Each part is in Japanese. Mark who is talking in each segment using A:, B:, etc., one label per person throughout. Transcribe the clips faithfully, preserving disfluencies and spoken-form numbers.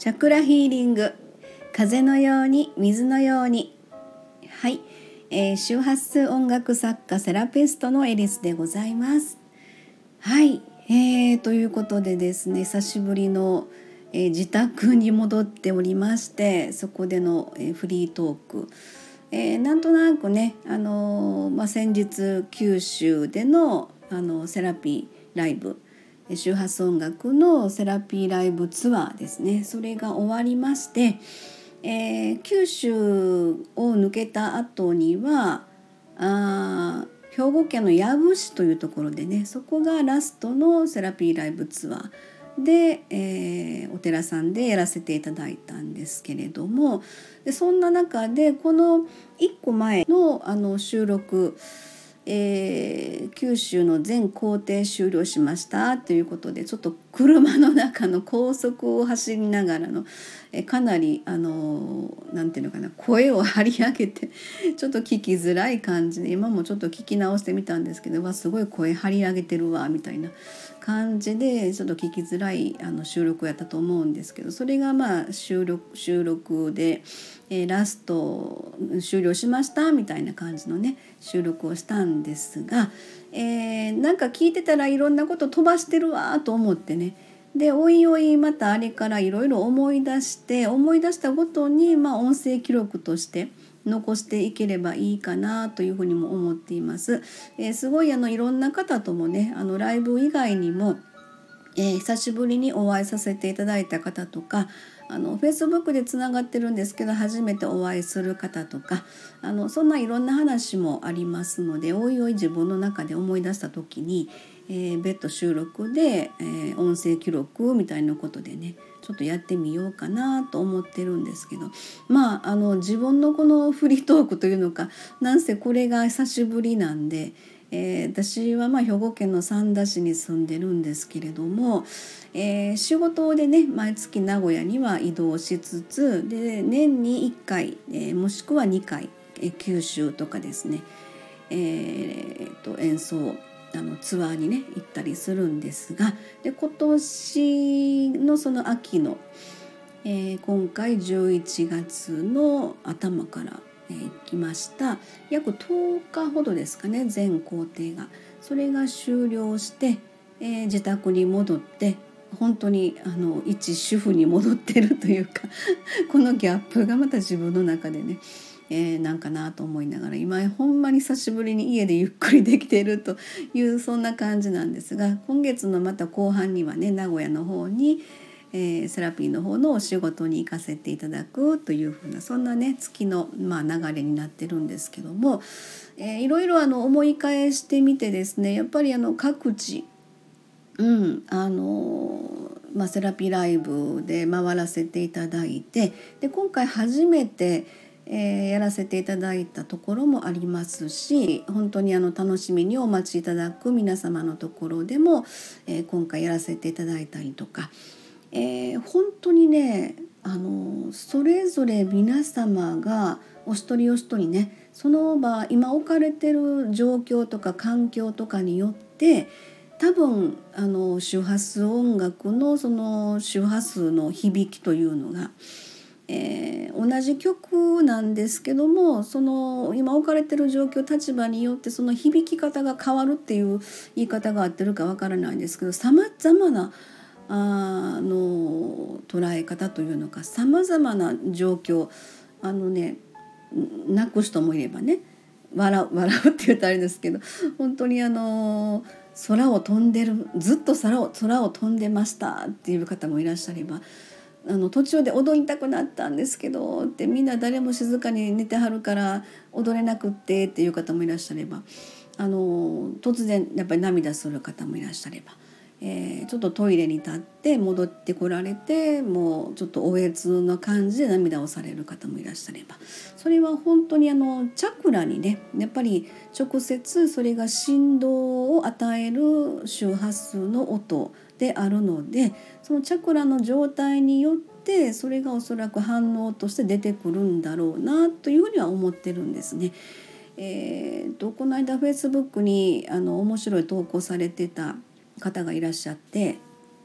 A: チャクラヒーリング、風のように水のように。はい、えー、周波数音楽作家セラピストのエリスでございます。はい、えー、ということでですね、久しぶりの、えー、自宅に戻っておりまして、そこでの、えー、フリートーク、えー、なんとなくね、あのーまあ、先日九州での、あのセラピーライブ、周波数音楽のセラピーライブツアーですね、それが終わりまして、えー、九州を抜けた後にはあ兵庫県の養父市というところでね、そこがラストのセラピーライブツアーで、えー、お寺さんでやらせていただいたんですけれども、でそんな中でこのいっこまえ の, あの収録、えー、九州の全行程終了しましたということで、ちょっと車の中の高速を走りながらの、えかなりあのなんていうのかな、声を張り上げてちょっと聞きづらい感じで、今もちょっと聞き直してみたんですけど、わすごい声張り上げてるわみたいな感じで、ちょっと聞きづらいあの収録やったと思うんですけど、それがまあ収録収録で、えー、ラスト終了しましたみたいな感じのね収録をしたんですが、えー、なんか聞いてたらいろんなこと飛ばしてるわと思ってね、でおいおいまたあれからいろいろ思い出して思い出したごとに、まあ、音声記録として残していければいいかなというふうにも思っています。えー、すごいあのいろんな方ともね、あのライブ以外にも、えー、久しぶりにお会いさせていただいた方とか、あの Facebook でつながってるんですけど初めてお会いする方とか、あのそんないろんな話もありますので、おいおい自分の中で思い出した時に、えー、別途収録で、えー、音声記録みたいなことでねちょっとやってみようかなと思ってるんですけど、まああの自分のこのフリートークというのか、なんせこれが久しぶりなんで、えー、私はまあ兵庫県の三田市に住んでるんですけれども、えー、仕事でね毎月名古屋には移動しつつで、年にいっかい、えー、もしくはにかい、えー、九州とかですね、えー、と演奏あのツアーにね行ったりするんですが、で今年のその秋の、えー、今回じゅういちがつの頭からえー、行きました。約とおかほどですかね、全工程が。それが終了して、えー、自宅に戻って本当にあの一主婦に戻ってるというかこのギャップがまた自分の中でね、えー、なんかなと思いながら、今ほんまに久しぶりに家でゆっくりできているというそんな感じなんですが、今月のまた後半にはね名古屋の方にえー、セラピーの方のお仕事に行かせていただくというふうな、そんなね月の、まあ、流れになってるんですけども、えー、いろいろあの思い返してみてですね、やっぱりあの各地、うんあのまあ、セラピーライブで回らせていただいて、で今回初めてえー、やらせていただいたところもありますし、本当にあの楽しみにお待ちいただく皆様のところでも、えー、今回やらせていただいたりとか、えー、本当にねあのそれぞれ皆様がお一人お一人ね、その場今置かれてる状況とか環境とかによって多分あの周波数音楽のその周波数の響きというのが、えー、同じ曲なんですけども、その今置かれてる状況立場によってその響き方が変わるっていう言い方が合ってるかわからないんですけど、さまざまなあの捉え方というのか、さまざまな状況、あのね泣く人もいればね笑う笑うって言うとあれですけど、本当にあの空を飛んでるずっと空を空を飛んでましたっていう方もいらっしゃれば、あの途中で踊りたくなったんですけどってみんな誰も静かに寝てはるから踊れなくってっていう方もいらっしゃれば、あの突然やっぱり涙する方もいらっしゃれば、えー、ちょっとトイレに立って戻ってこられてもうちょっとおえつの感じで涙をされる方もいらっしゃれば、それは本当にあのチャクラにねやっぱり直接それが振動を与える周波数の音であるので、そのチャクラの状態によってそれがおそらく反応として出てくるんだろうなというふうには思ってるんですね。えー、とこの間フェイスブックにあの面白い投稿されてた方がいらっしゃって、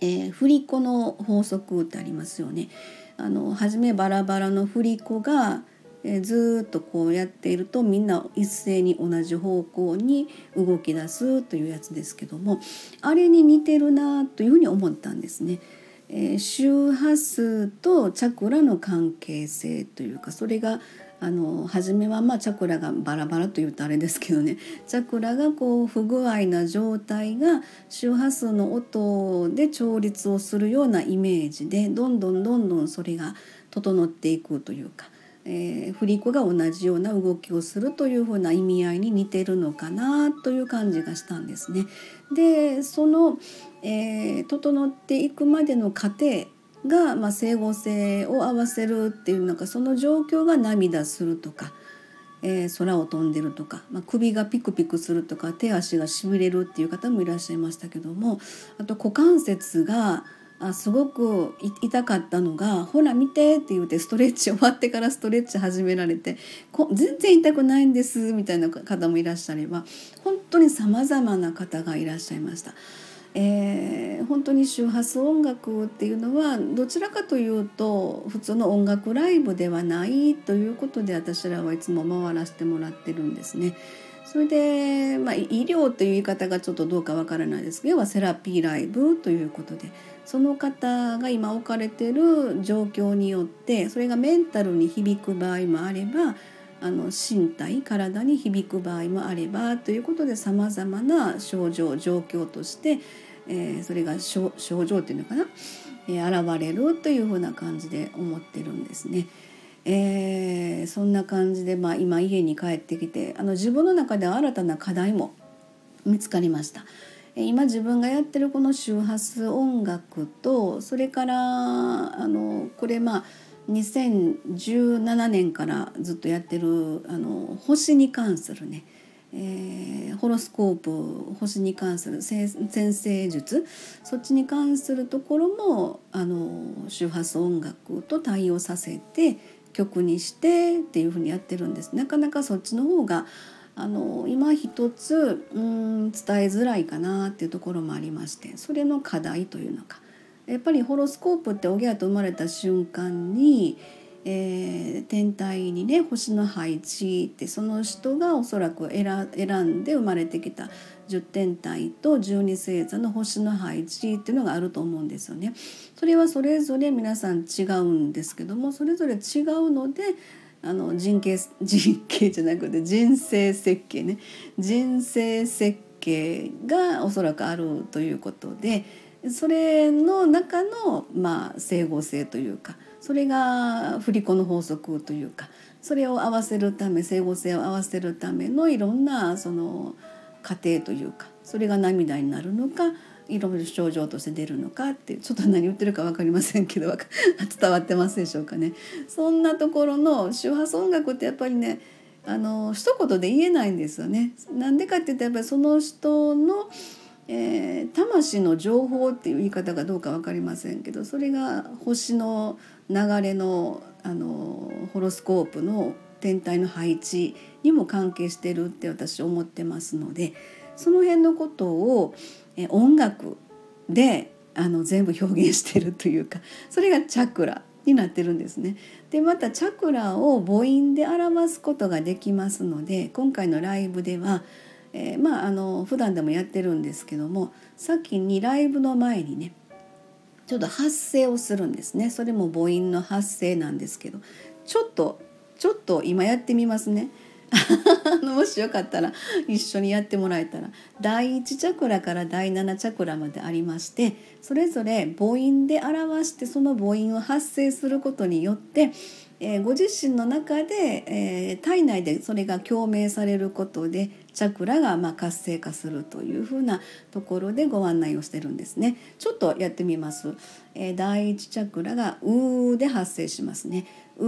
A: えー、振り子の法則ってありますよね。あの初めバラバラの振り子が、えー、ずっとこうやっているとみんな一斉に同じ方向に動き出すというやつですけども、あれに似てるなというふうに思ったんですね。えー、周波数とチャクラの関係性というか、それがあの初めはまあチャクラがバラバラというとあれですけどね、チャクラがこう不具合な状態が周波数の音で調律をするようなイメージで、どんどんどんどんそれが整っていくというか、えー、振り子が同じような動きをするというふうな意味合いに似てるのかなという感じがしたんですね。でその、えー、整っていくまでの過程が、まあ、整合性を合わせるっていうなんか、その状況が涙するとか、えー、空を飛んでるとか、まあ、首がピクピクするとか、手足がしびれるっていう方もいらっしゃいましたけども、あと股関節があすごく痛かったのが、ほら見てって言ってストレッチ終わってからストレッチ始められて、こ全然痛くないんですみたいな方もいらっしゃれば、本当にさまざまな方がいらっしゃいました。えー、本当に周波数音楽っていうのはどちらかというと普通の音楽ライブではないということで、私らはいつも回らせてもらってるんですね。それで、まあ、医療という言い方がちょっとどうかわからないですけど、要はセラピーライブということで、その方が今置かれている状況によって、それがメンタルに響く場合もあれば、あの身体体に響く場合もあればということで、さまざまな症状状況として、えー、それが 症, 症状っていうのかな、えー、現れるというふうな感じで思ってるんですね。えー、そんな感じで、まあ、今家に帰ってきて、あの自分の中では新たな課題も見つかりました。今自分がやってるこの周波数音楽と、それからあのこれまあにせんじゅうななねんからずっとやってるあの星に関するね、えー、ホロスコープ、星に関する占星術、そっちに関するところもあの周波数音楽と対応させて曲にしてっていうふうにやってるんです。なかなかそっちの方があの今一つうん伝えづらいかなっていうところもありまして、それの課題というのか、やっぱりホロスコープっておぎゃと生まれた瞬間に、えー、天体にね星の配置って、その人がおそらく選んで生まれてきたじゅってん体とじゅうに星座の星の配置っていうのがあると思うんですよね。それはそれぞれ皆さん違うんですけども、それぞれ違うので、あの人形人形じゃなくて人生設計ね、人生設計がおそらくあるということで、それの中のまあ整合性というか、それが振り子の法則というか、それを合わせるため、整合性を合わせるためのいろんなその過程というか、それが涙になるのか、いろいろ症状として出るのかって、ちょっと何言ってるか分かりませんけど伝わってますでしょうかね。そんなところの周波数音楽ってやっぱりね、あの一言で言えないんですよね。なんでかって言ったら、やっぱりその人の、えー、魂の情報っていう言い方がどうか分かりませんけど、それが星の流れの、あのホロスコープの天体の配置にも関係してるって私思ってますので、その辺のことをえ音楽であの全部表現してるというか、それがチャクラになってるんですね。でまたチャクラを母音で表すことができますので、今回のライブでは、えー、まああの普段でもやってるんですけども、先にライブの前にねちょっと発声をするんですね。それも母音の発声なんですけど、ちょっとちょっと今やってみますね。もしよかったら一緒にやってもらえたら、だいいちチャクラからだいななチャクラまでありまして、それぞれ母音で表して、その母音を発声することによって、えー、ご自身の中で、えー、体内でそれが共鳴されることでチャクラがまあ活性化するというふうなところでご案内をしてるんですね。ちょっとやってみます。えー、だいいちチャクラがうーで発声しますね。う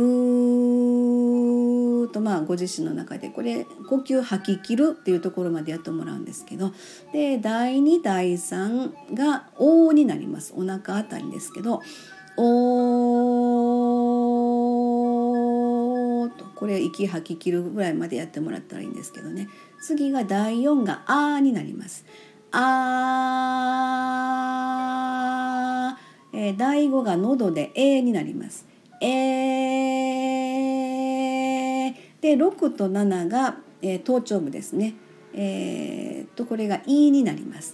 A: ーと、まあご自身の中でこれ呼吸吐き切るっていうところまでやってもらうんですけど、でだいにだいさんがおーになります。お腹あたりですけど、おーと、これ息吐き切るぐらいまでやってもらったらいいんですけどね。次がだいよんがあーになります。あえー、第五が喉でえーになります。えーでろくとななが、えー、頭頂部ですね。えー、とこれがいになります。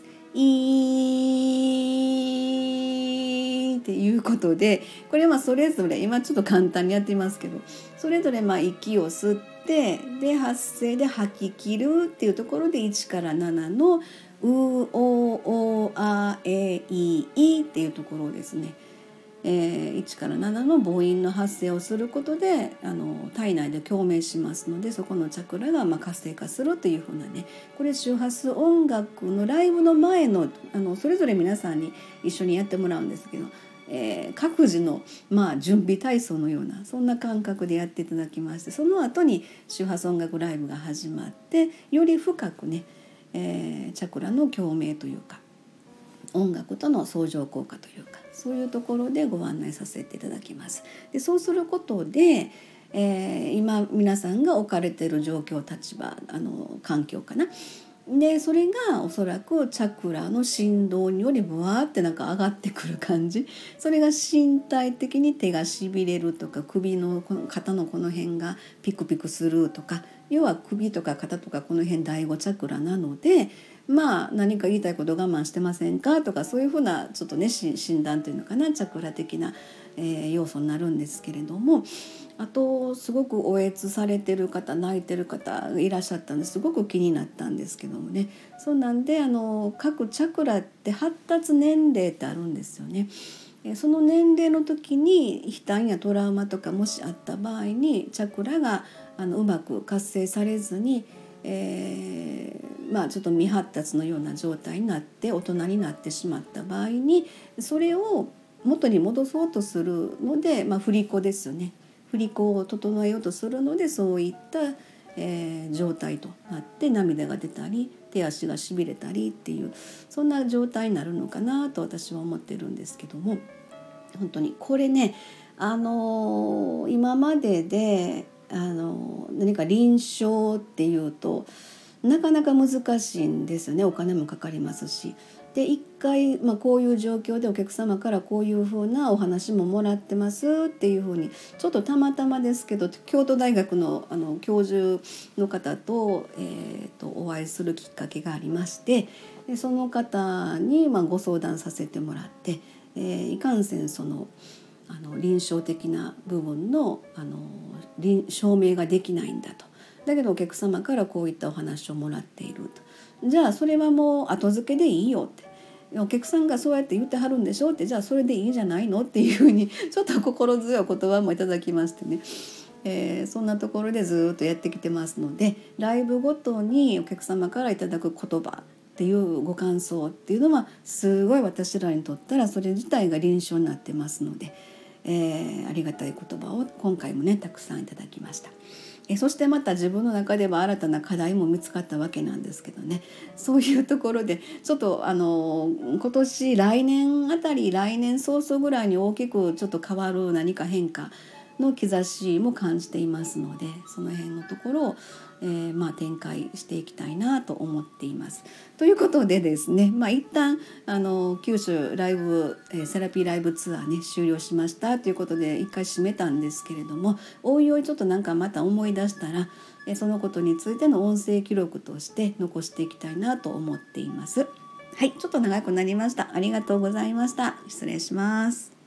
A: いっていうことで、これはまあそれぞれ今ちょっと簡単にやってみますけど、それぞれまあ息を吸ってで発声で吐き切るっていうところでいちからななのうおおあえいいっていうところをですね、えー、いちからななの母音の発声をすることであの体内で共鳴しますので、そこのチャクラがまあ活性化するというふうなね、これ周波数音楽のライブの前のあのそれぞれ皆さんに一緒にやってもらうんですけど、えー、各自の、まあ、準備体操のようなそんな感覚でやっていただきまして、その後に周波数音楽ライブが始まってより深くね、えー、チャクラの共鳴というか音楽との相乗効果というか、そういうところでご案内させていただきます。でそうすることで、えー、今皆さんが置かれている状況、立場、あの環境かな、でそれがおそらくチャクラの振動によりブワーってなんか上がってくる感じ、それが身体的に手がしびれるとか、首のこの肩のこの辺がピクピクするとか、要は首とか肩とかこの辺第五チャクラなので、まあ何か言いたいこと我慢してませんかとか、そういうふうなちょっとね診断というのかな、チャクラ的な、えー、要素になるんですけれども、あとすごくおえつされてる方、泣いてる方いらっしゃったんですごく気になったんですけどもね、そうなんであの各チャクラって発達年齢ってあるんですよね。その年齢の時に悲嘆やトラウマとかもしあった場合にチャクラがあのうまく活性されずに、えー、まあちょっと未発達のような状態になって大人になってしまった場合に、それを元に戻そうとするので、まあ、振り子ですよね。振り子を整えようとするので、そういった、えー、状態となって涙が出たり手足がしびれたりっていう、そんな状態になるのかなと私は思ってるんですけども、本当にこれね、あのー、今までで、あのー、何か臨床っていうとなかなか難しいんですよね。お金もかかりますし。で一回、まあ、こういう状況でお客様からこういうふうなお話ももらってますっていうふうに、ちょっとたまたまですけど京都大学 の, あの教授の方 と,、えー、とお会いするきっかけがありまして、でその方にまあご相談させてもらって、えー、いかんせんそのあの臨床的な部分 の, あの証明ができないんだと。だけどお客様からこういったお話をもらっていると。じゃあそれはもう後付けでいいよって、お客さんがそうやって言ってはるんでしょって、じゃあそれでいいんじゃないのっていうふうにちょっと心強い言葉もいただきましてね、えー、そんなところでずっとやってきてますので、ライブごとにお客様からいただく言葉っていうご感想っていうのはすごい私らにとったらそれ自体が臨床になってますので、えー、ありがたい言葉を今回もねたくさんいただきました。えそしてまた自分の中では新たな課題も見つかったわけなんですけどね、そういうところでちょっとあの今年来年あたり来年早々ぐらいに大きくちょっと変わる何か変化の兆しも感じていますので、その辺のところを、えーまあ、展開していきたいなと思っています。ということでですね、まあ、一旦あの九州ライブ、えー、セラピーライブツアーね終了しましたということで一回締めたんですけれども、おいおいちょっとなんかまた思い出したら、えー、そのことについての音声記録として残していきたいなと思っています。はい、ちょっと長くなりました。ありがとうございました。失礼します。